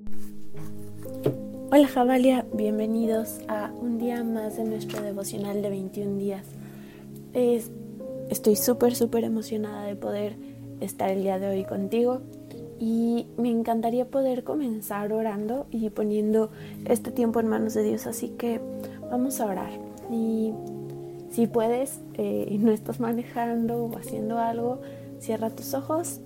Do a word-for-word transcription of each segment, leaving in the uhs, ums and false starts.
Hola Javalia, bienvenidos a un día más de nuestro devocional de veintiún días. Es, estoy súper súper emocionada de poder estar el día de hoy contigo y me encantaría poder comenzar orando y poniendo este tiempo en manos de Dios, así que vamos a orar. Y si puedes eh, y no estás manejando o haciendo algo, cierra tus ojos.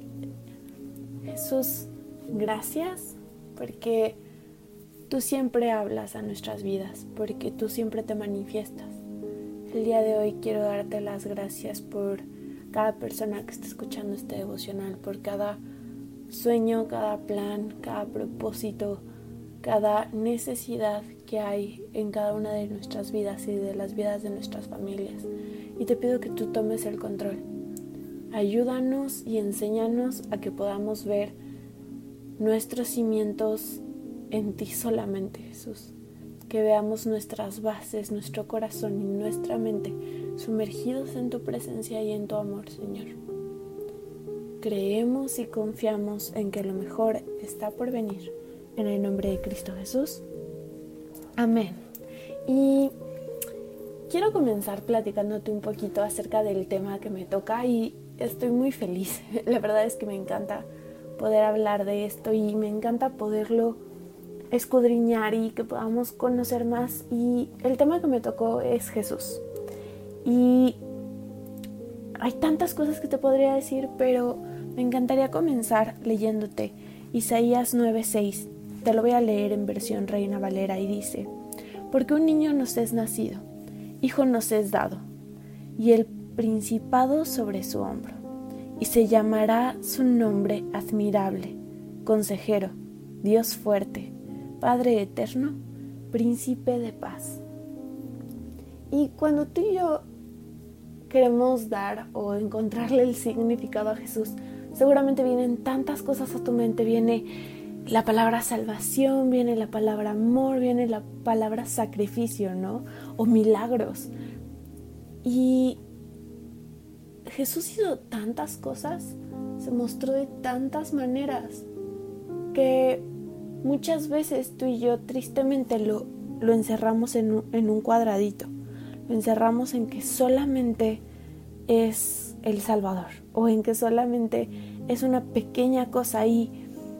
Jesús, gracias porque tú siempre hablas a nuestras vidas, porque tú siempre te manifiestas. El día de hoy quiero darte las gracias por cada persona que está escuchando este devocional, por cada sueño, cada plan, cada propósito, cada necesidad que hay en cada una de nuestras vidas y de las vidas de nuestras familias. Y te pido que tú tomes el control. Ayúdanos y enséñanos a que podamos ver nuestros cimientos en ti solamente, Jesús. Que veamos nuestras bases, nuestro corazón y nuestra mente sumergidos en tu presencia y en tu amor, Señor. Creemos y confiamos en que lo mejor está por venir. En el nombre de Cristo Jesús. Amén. Y quiero comenzar platicándote un poquito acerca del tema que me toca y estoy muy feliz. La verdad es que me encanta poder hablar de esto y me encanta poderlo escudriñar y que podamos conocer más. Y el tema que me tocó es Jesús. Y hay tantas cosas que te podría decir, pero me encantaría comenzar leyéndote Isaías nueve seis. Te lo voy a leer en versión Reina Valera y dice: porque un niño nos es nacido, hijo nos es dado, y el principado sobre su hombro, y se llamará su nombre admirable, consejero, Dios fuerte, Padre eterno, príncipe de paz. Y cuando tú y yo queremos dar o encontrarle el significado a Jesús, seguramente vienen tantas cosas a tu mente. Viene la palabra salvación, viene la palabra amor, viene la palabra sacrificio, ¿no? O milagros. Y Jesús hizo tantas cosas, se mostró de tantas maneras, que muchas veces tú y yo tristemente lo, lo encerramos en un, en un cuadradito. Lo encerramos en que solamente es el Salvador o en que solamente es una pequeña cosa, y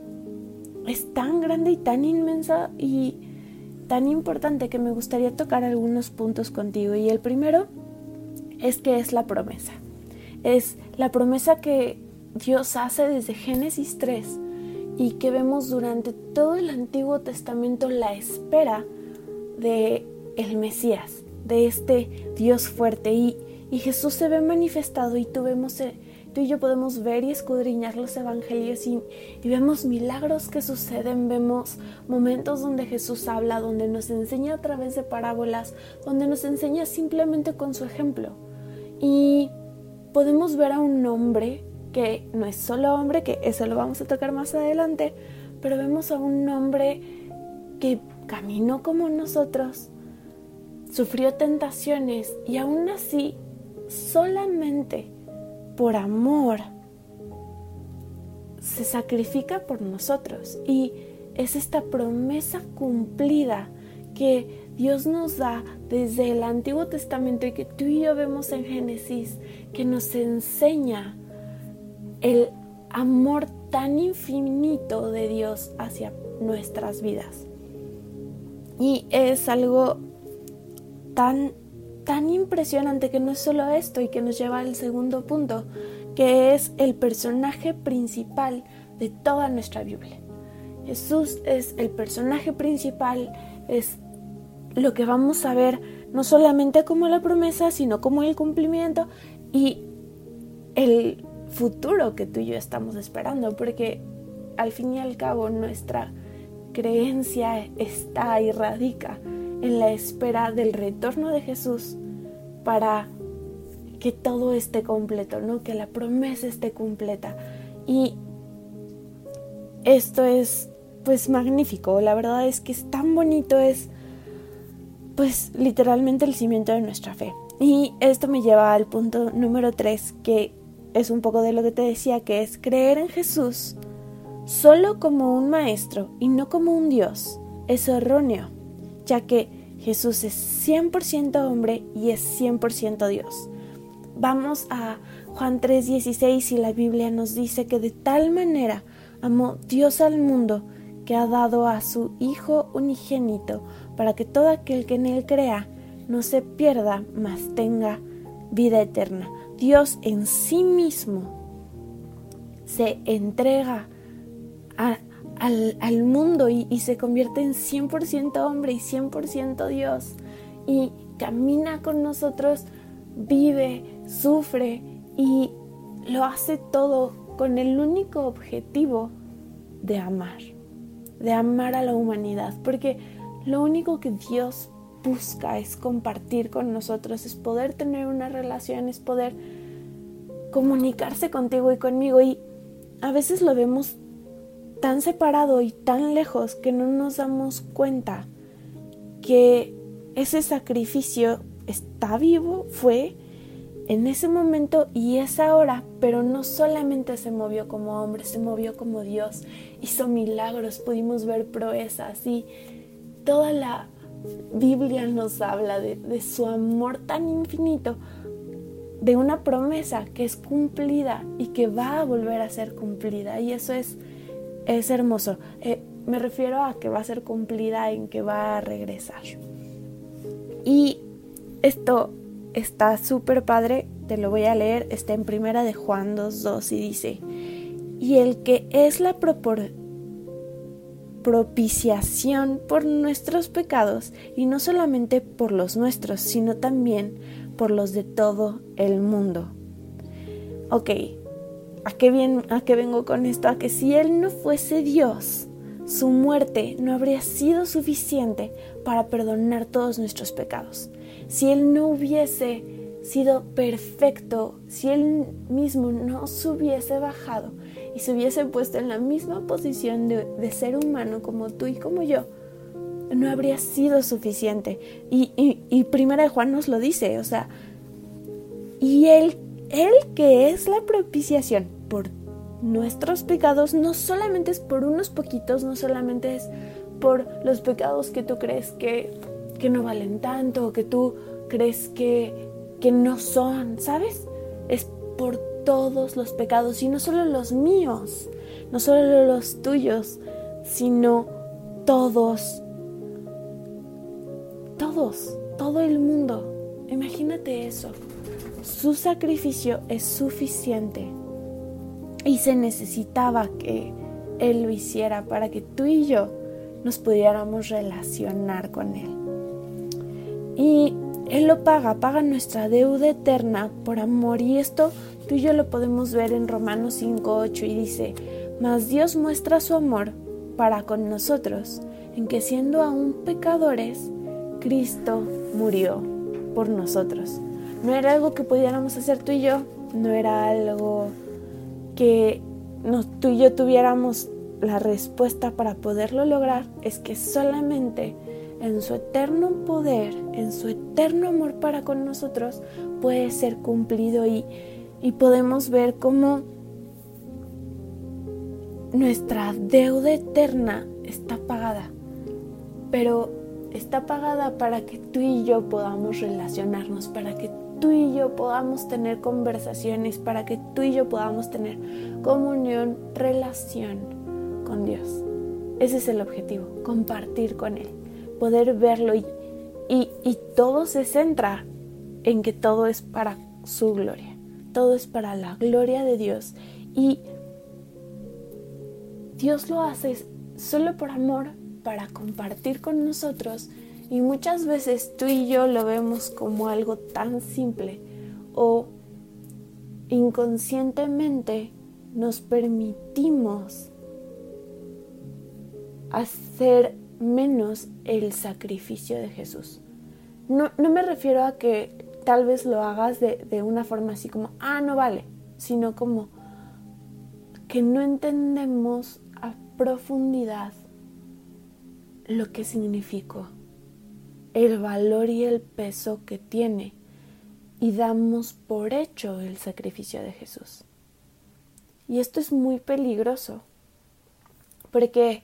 es tan grande y tan inmensa y tan importante que me gustaría tocar algunos puntos contigo. Y el primero es que es la promesa. Es la promesa que Dios hace desde Génesis tres y que vemos durante todo el Antiguo Testamento, la espera de el Mesías, de este Dios fuerte. Y, y Jesús se ve manifestado y tú, vemos, tú y yo podemos ver y escudriñar los evangelios y, y vemos milagros que suceden, vemos momentos donde Jesús habla, donde nos enseña a través de parábolas, donde nos enseña simplemente con su ejemplo. Y podemos ver a un hombre que no es solo hombre, que eso lo vamos a tocar más adelante, pero vemos a un hombre que caminó como nosotros, sufrió tentaciones y aún así, solamente por amor, se sacrifica por nosotros. Y es esta promesa cumplida que Dios nos da desde el Antiguo Testamento y que tú y yo vemos en Génesis, que nos enseña el amor tan infinito de Dios hacia nuestras vidas. Y es algo tan, tan impresionante que no es solo esto, y que nos lleva al segundo punto, que es el personaje principal de toda nuestra Biblia. Jesús es el personaje principal, es lo que vamos a ver no solamente como la promesa, sino como el cumplimiento y el futuro que tú y yo estamos esperando, porque al fin y al cabo nuestra creencia está y radica en la espera del retorno de Jesús para que todo esté completo, ¿no? Que la promesa esté completa. Y esto es pues magnífico, la verdad es que es tan bonito, es pues literalmente el cimiento de nuestra fe. Y esto me lleva al punto número tres, que es un poco de lo que te decía, que es creer en Jesús solo como un maestro y no como un Dios es erróneo, ya que Jesús es cien por ciento hombre y es cien por ciento Dios. Vamos a Juan tres dieciséis y la Biblia nos dice que de tal manera amó Dios al mundo que ha dado a su Hijo unigénito para que todo aquel que en él crea no se pierda, mas tenga vida eterna. Dios en sí mismo se entrega a, al, al mundo y, y se convierte en cien por ciento hombre y cien por ciento Dios y camina con nosotros, vive, sufre y lo hace todo con el único objetivo de amar, de amar a la humanidad, porque lo único que Dios busca es compartir con nosotros, es poder tener una relación, es poder comunicarse contigo y conmigo, y a veces lo vemos tan separado y tan lejos que no nos damos cuenta que ese sacrificio está vivo, fue en ese momento y es ahora, pero no solamente se movió como hombre, se movió como Dios, hizo milagros, pudimos ver proezas y toda la Biblia nos habla de, de su amor tan infinito, de una promesa que es cumplida y que va a volver a ser cumplida, y eso es, es hermoso. Eh, me refiero a que va a ser cumplida en que va a regresar. Y esto está súper padre, te lo voy a leer, está en primera de Juan dos dos y dice: y el que es la propor- propiciación por nuestros pecados, y no solamente por los nuestros, sino también por los de todo el mundo. Ok, ¿a qué, bien, ¿a qué vengo con esto? A que si Él no fuese Dios, su muerte no habría sido suficiente para perdonar todos nuestros pecados. Si Él no hubiese sido perfecto, si Él mismo no se hubiese bajado y se hubiese puesto en la misma posición de, de ser humano como tú y como yo, no habría sido suficiente. Y, y, y Primera de Juan nos lo dice, o sea, y Él, Él que es la propiciación por nuestros pecados, no solamente es por unos poquitos, no solamente es por los pecados que tú crees que, que no valen tanto, o que tú crees que, que no son, ¿sabes? Es por todos los pecados, y no solo los míos, no solo los tuyos, sino todos, todos, todo el mundo. Imagínate eso. Su sacrificio es suficiente y se necesitaba que Él lo hiciera para que tú y yo nos pudiéramos relacionar con Él. Y Él lo paga, paga nuestra deuda eterna por amor, y esto tú y yo lo podemos ver en Romanos cinco ocho y dice: mas Dios muestra su amor para con nosotros, en que siendo aún pecadores, Cristo murió por nosotros. No era algo que pudiéramos hacer tú y yo, no era algo que nos, tú y yo tuviéramos la respuesta para poderlo lograr, es que solamente en su eterno poder, en su eterno amor para con nosotros, puede ser cumplido, y, y podemos ver cómo nuestra deuda eterna está pagada, pero está pagada para que tú y yo podamos relacionarnos, para que tú y yo podamos tener conversaciones, para que tú y yo podamos tener comunión, relación con Dios. Ese es el objetivo, compartir con Él, poder verlo, y, y, y todo se centra en que todo es para su gloria, todo es para la gloria de Dios, y Dios lo hace solo por amor, para compartir con nosotros, y muchas veces tú y yo lo vemos como algo tan simple, o inconscientemente nos permitimos hacer menos el sacrificio de Jesús. No, no me refiero a que tal vez lo hagas de, de una forma así como, ah, no vale, sino como que no entendemos a profundidad lo que significó, el valor y el peso que tiene, y damos por hecho el sacrificio de Jesús. Y esto es muy peligroso, Porque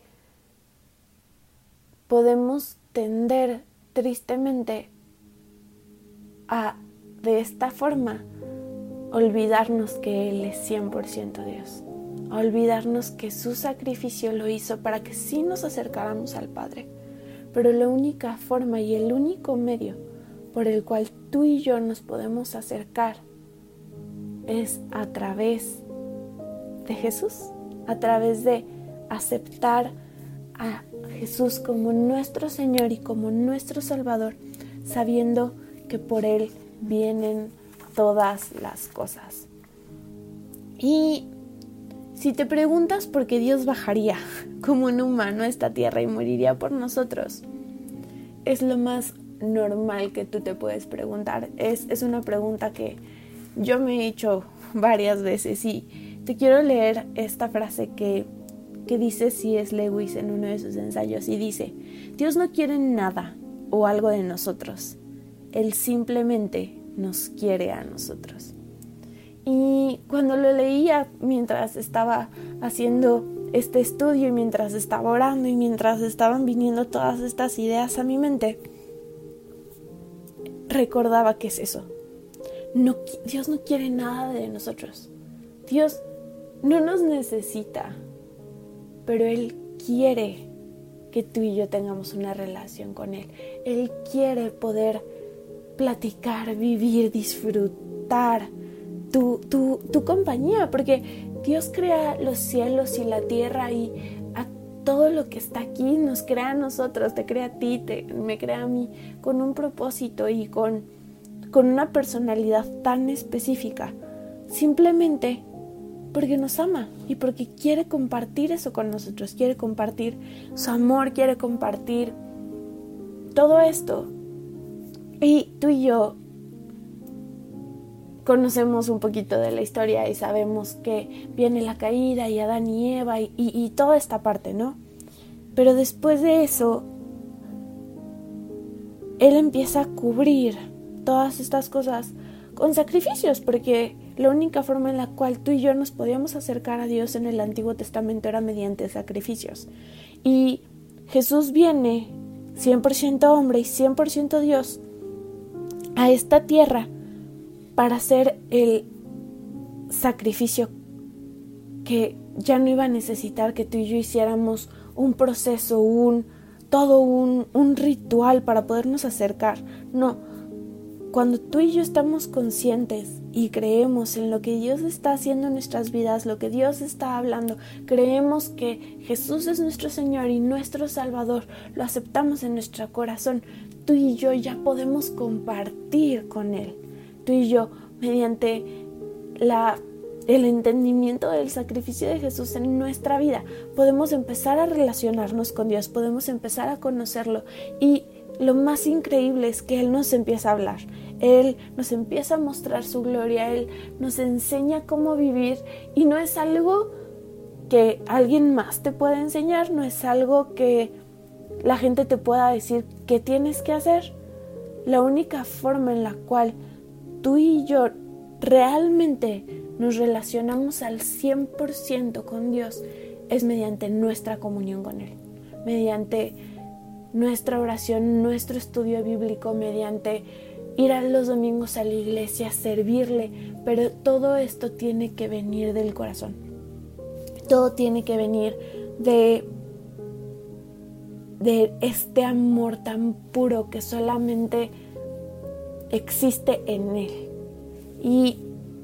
podemos tender tristemente a, de esta forma, olvidarnos que Él es cien por ciento Dios. A olvidarnos que su sacrificio lo hizo para que sí nos acercáramos al Padre. Pero la única forma y el único medio por el cual tú y yo nos podemos acercar es a través de Jesús, a través de aceptar a Jesús como nuestro Señor y como nuestro Salvador, sabiendo que por Él vienen todas las cosas. Y si te preguntas por qué Dios bajaría como un humano a esta tierra y moriría por nosotros, es lo más normal que tú te puedes preguntar. Es, es una pregunta que yo me he hecho varias veces y te quiero leer esta frase que, que dice C S Lewis en uno de sus ensayos y dice: Dios no quiere nada o algo de nosotros, Él simplemente nos quiere a nosotros. Y cuando lo leía mientras estaba haciendo este estudio y mientras estaba orando y mientras estaban viniendo todas estas ideas a mi mente, recordaba que es eso. No, Dios no quiere nada de nosotros. Dios no nos necesita, pero Él quiere que tú y yo tengamos una relación con Él. Él quiere poder platicar, vivir, disfrutar tu, tu, tu compañía, porque Dios crea los cielos y la tierra y a todo lo que está aquí nos crea a nosotros, te crea a ti, te, me crea a mí con un propósito y con, con una personalidad tan específica, simplemente porque nos ama y porque quiere compartir eso con nosotros, quiere compartir su amor, quiere compartir todo esto. Y tú y yo conocemos un poquito de la historia y sabemos que viene la caída y Adán y Eva y, y, y toda esta parte, ¿no? Pero después de eso, Él empieza a cubrir todas estas cosas con sacrificios, porque la única forma en la cual tú y yo nos podíamos acercar a Dios en el Antiguo Testamento era mediante sacrificios. Y Jesús viene cien por ciento hombre y cien por ciento Dios a esta tierra para hacer el sacrificio que ya no iba a necesitar que tú y yo hiciéramos un proceso, un todo un, un ritual para podernos acercar. No, cuando tú y yo estamos conscientes y creemos en lo que Dios está haciendo en nuestras vidas, lo que Dios está hablando, creemos que Jesús es nuestro Señor y nuestro Salvador, lo aceptamos en nuestro corazón, tú y yo ya podemos compartir con Él. Tú y yo, mediante la, el entendimiento del sacrificio de Jesús en nuestra vida, podemos empezar a relacionarnos con Dios, podemos empezar a conocerlo. Y lo más increíble es que Él nos empieza a hablar, Él nos empieza a mostrar su gloria, Él nos enseña cómo vivir y no es algo que alguien más te pueda enseñar, no es algo que la gente te pueda decir qué tienes que hacer. La única forma en la cual tú y yo realmente nos relacionamos al cien por ciento con Dios es mediante nuestra comunión con Él, mediante nuestra oración, nuestro estudio bíblico, mediante ir a los domingos a la iglesia, servirle, pero todo esto tiene que venir del corazón. Todo tiene que venir de, de este amor tan puro que solamente existe en Él. Y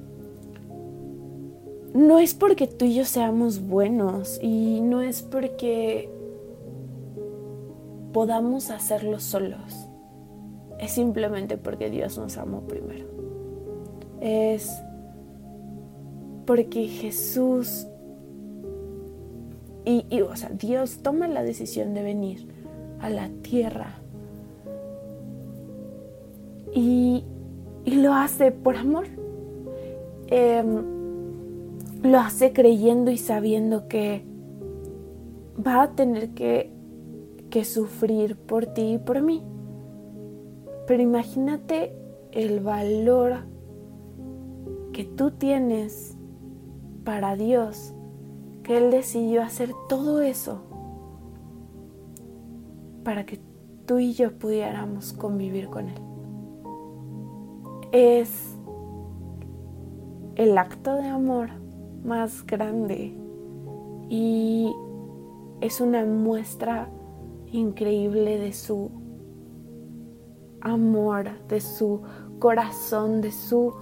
no es porque tú y yo seamos buenos y no es porque podamos hacerlo solos, es simplemente porque Dios nos amó primero. Es porque Jesús y, y o sea, Dios toma la decisión de venir a la tierra y, y lo hace por amor. Eh, lo hace creyendo y sabiendo que va a tener que, que sufrir por ti y por mí. Pero imagínate el valor que tú tienes para Dios, que Él decidió hacer todo eso para que tú y yo pudiéramos convivir con Él. Es el acto de amor más grande y es una muestra increíble de su amor, de su corazón, de su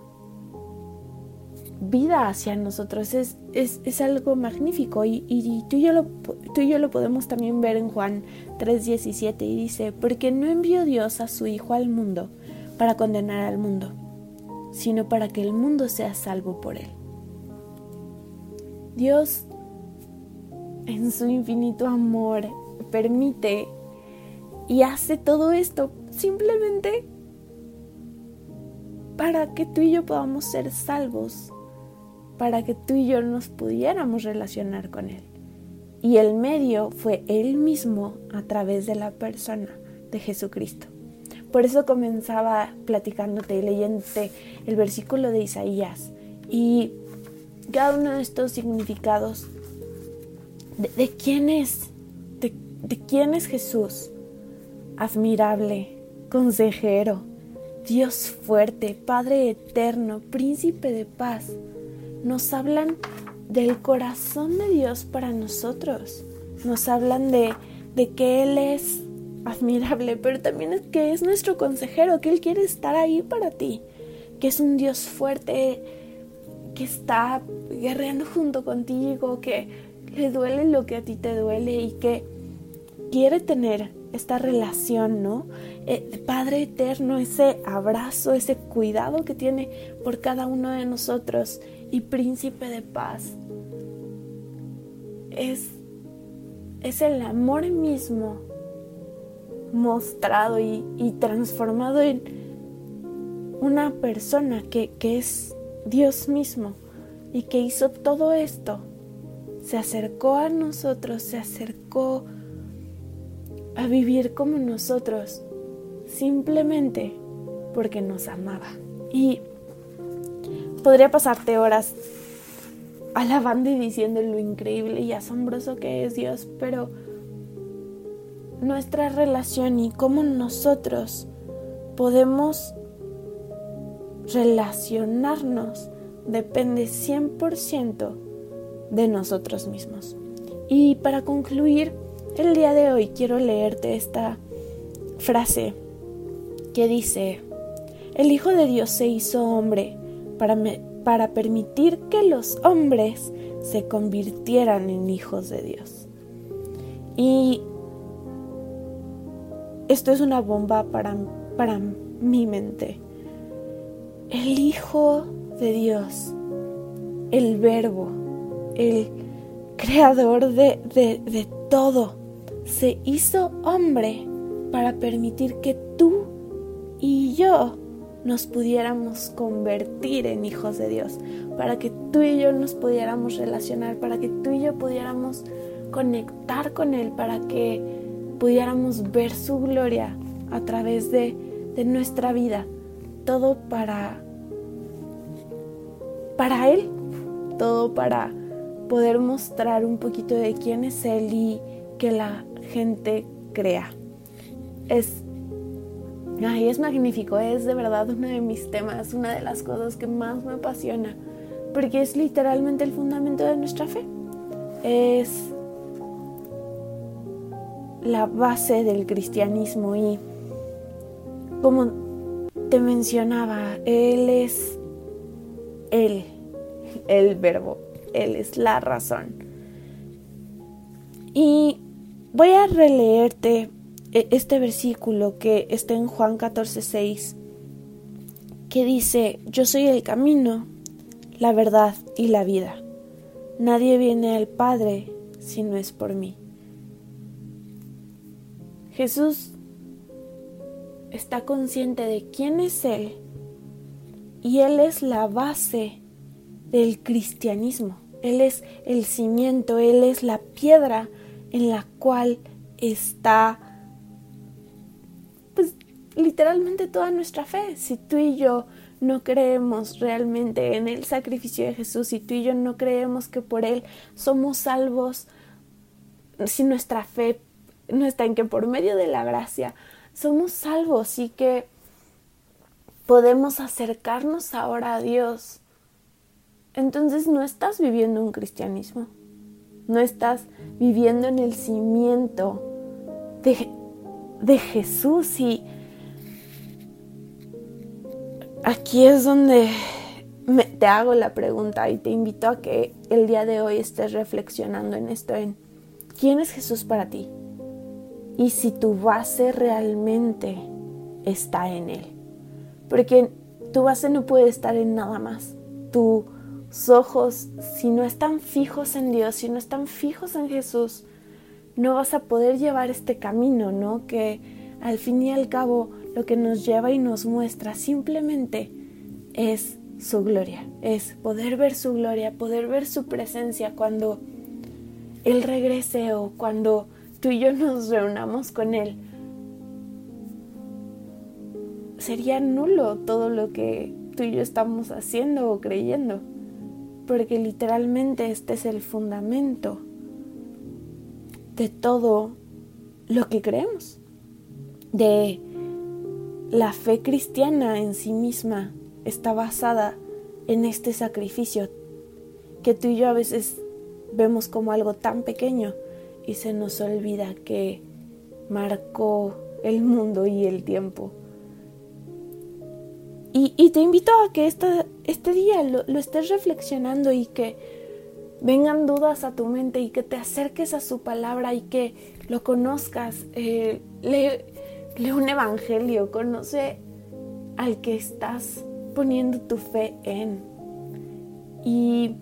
vida hacia nosotros. Es, es, es algo magnífico y, y tú, y yo lo, tú y yo lo podemos también ver en Juan tres diecisiete y dice: porque no envió Dios a su Hijo al mundo para condenar al mundo, sino para que el mundo sea salvo por Él. Dios, en su infinito amor, permite y hace todo esto simplemente para que tú y yo podamos ser salvos, para que tú y yo nos pudiéramos relacionar con Él. Y el medio fue Él mismo a través de la persona de Jesucristo. Por eso comenzaba platicándote y leyéndote el versículo de Isaías. Y cada uno de estos significados de, de quién es, de, de quién es Jesús. Admirable, consejero, Dios fuerte, Padre eterno, príncipe de paz. Nos hablan del corazón de Dios para nosotros. Nos hablan de, de que Él es admirable, pero también es que es nuestro consejero, que Él quiere estar ahí para ti, que es un Dios fuerte, que está guerreando junto contigo, que le duele lo que a ti te duele y que quiere tener esta relación, ¿no? Eh, Padre eterno, ese abrazo, ese cuidado que tiene por cada uno de nosotros, y príncipe de paz. Es, es el amor mismo mostrado y, y transformado en una persona que, que es Dios mismo y que hizo todo esto. Se acercó a nosotros, se acercó a vivir como nosotros, simplemente porque nos amaba. Y podría pasarte horas alabando y diciendo lo increíble y asombroso que es Dios, pero nuestra relación y cómo nosotros podemos relacionarnos depende cien por ciento de nosotros mismos. Y para concluir el día de hoy quiero leerte esta frase que dice: el Hijo de Dios se hizo hombre para, me, para permitir que los hombres se convirtieran en hijos de Dios. Y esto es una bomba para, para mi mente. El Hijo de Dios, el Verbo, el Creador de, de, de todo, se hizo hombre para permitir que tú y yo nos pudiéramos convertir en hijos de Dios, para que tú y yo nos pudiéramos relacionar, para que tú y yo pudiéramos conectar con Él, para que pudiéramos ver su gloria a través de, de nuestra vida. Todo para, para Él, todo para poder mostrar un poquito de quién es Él y que la gente crea. Es Ay, es magnífico, es de verdad uno de mis temas, una de las cosas que más me apasiona, porque es literalmente el fundamento de nuestra fe. Es la base del cristianismo y, como te mencionaba, Él es Él, el Verbo, Él es la razón. Y voy a releerte este versículo que está en Juan catorce seis, que dice: yo soy el camino, la verdad y la vida. Nadie viene al Padre si no es por mí. Jesús está consciente de quién es Él y Él es la base del cristianismo. Él es el cimiento, Él es la piedra en la cual está pues literalmente toda nuestra fe. Si tú y yo no creemos realmente en el sacrificio de Jesús, si tú y yo no creemos que por Él somos salvos, si nuestra fe no está en que por medio de la gracia somos salvos y que podemos acercarnos ahora a Dios, entonces no estás viviendo un cristianismo, no estás viviendo en el cimiento de, de Jesús. Y aquí es donde me, te hago la pregunta y te invito a que el día de hoy estés reflexionando en esto, en ¿quién es Jesús para ti? Y si tu base realmente está en Él. Porque tu base no puede estar en nada más. Tus ojos, si no están fijos en Dios, si no están fijos en Jesús, no vas a poder llevar este camino, ¿no? Que al fin y al cabo lo que nos lleva y nos muestra simplemente es su gloria, es poder ver su gloria, poder ver su presencia cuando Él regrese o cuando tú y yo nos reunamos con Él. Sería nulo todo lo que tú y yo estamos haciendo o creyendo, porque literalmente este es el fundamento de todo lo que creemos, de la fe cristiana en sí misma está basada en este sacrificio que tú y yo a veces vemos como algo tan pequeño y se nos olvida que marcó el mundo y el tiempo. Y, y te invito a que esta, este día lo, lo estés reflexionando y que vengan dudas a tu mente y que te acerques a su palabra y que lo conozcas. Eh, lee, lee un evangelio, conoce al que estás poniendo tu fe en. Y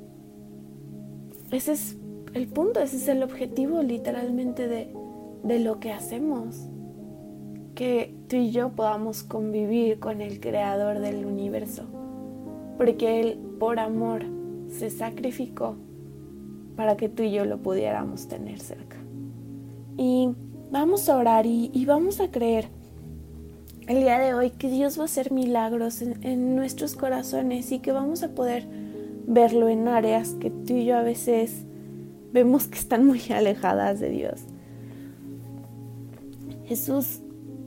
ese es el punto, ese es el objetivo literalmente de, de lo que hacemos. Que tú y yo podamos convivir con el creador del universo, porque Él por amor se sacrificó para que tú y yo lo pudiéramos tener cerca. Y vamos a orar y, y vamos a creer el día de hoy que Dios va a hacer milagros en, en nuestros corazones y que vamos a poder verlo en áreas que tú y yo a veces vemos que están muy alejadas de Dios. Jesús,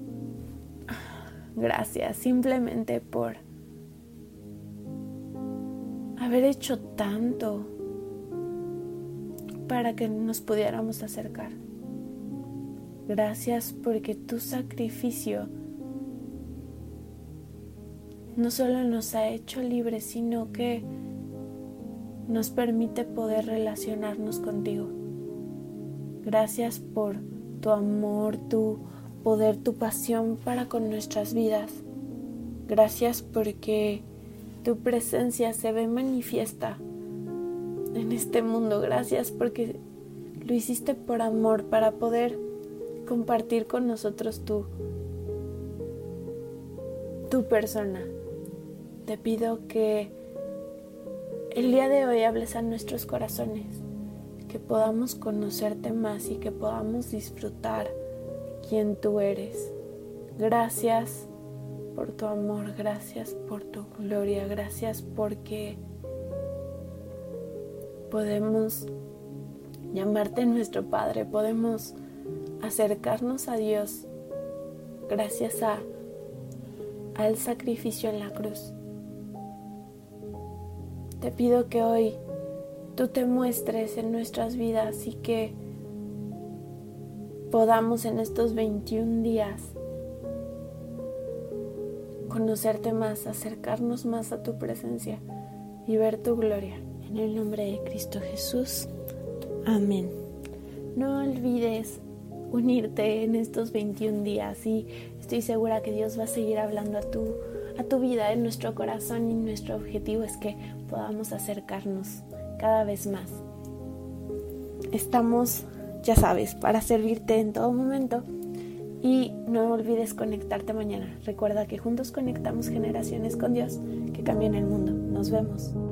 gracias simplemente por haber hecho tanto para que nos pudiéramos acercar. Gracias porque tu sacrificio no solo nos ha hecho libres, sino que nos permite poder relacionarnos contigo. Gracias por tu amor, tu poder, tu pasión para con nuestras vidas. Gracias porque tu presencia se ve manifiesta en este mundo. Gracias porque lo hiciste por amor, para poder compartir con nosotros tu, tu persona. Te pido que el día de hoy hables a nuestros corazones, que podamos conocerte más y que podamos disfrutar quién tú eres. Gracias por tu amor, gracias por tu gloria, gracias porque podemos llamarte nuestro Padre, podemos acercarnos a Dios gracias a, al sacrificio en la cruz. Te pido que hoy tú te muestres en nuestras vidas y que podamos en estos veintiún días conocerte más, acercarnos más a tu presencia y ver tu gloria. En el nombre de Cristo Jesús. Amén. No olvides unirte en estos veintiún días y estoy segura que Dios va a seguir hablando a tu, a tu vida, en nuestro corazón, y nuestro objetivo es que podamos acercarnos cada vez más. Estamos, ya sabes, para servirte en todo momento y no olvides conectarte mañana. Recuerda que juntos conectamos generaciones con Dios que cambian el mundo. Nos vemos.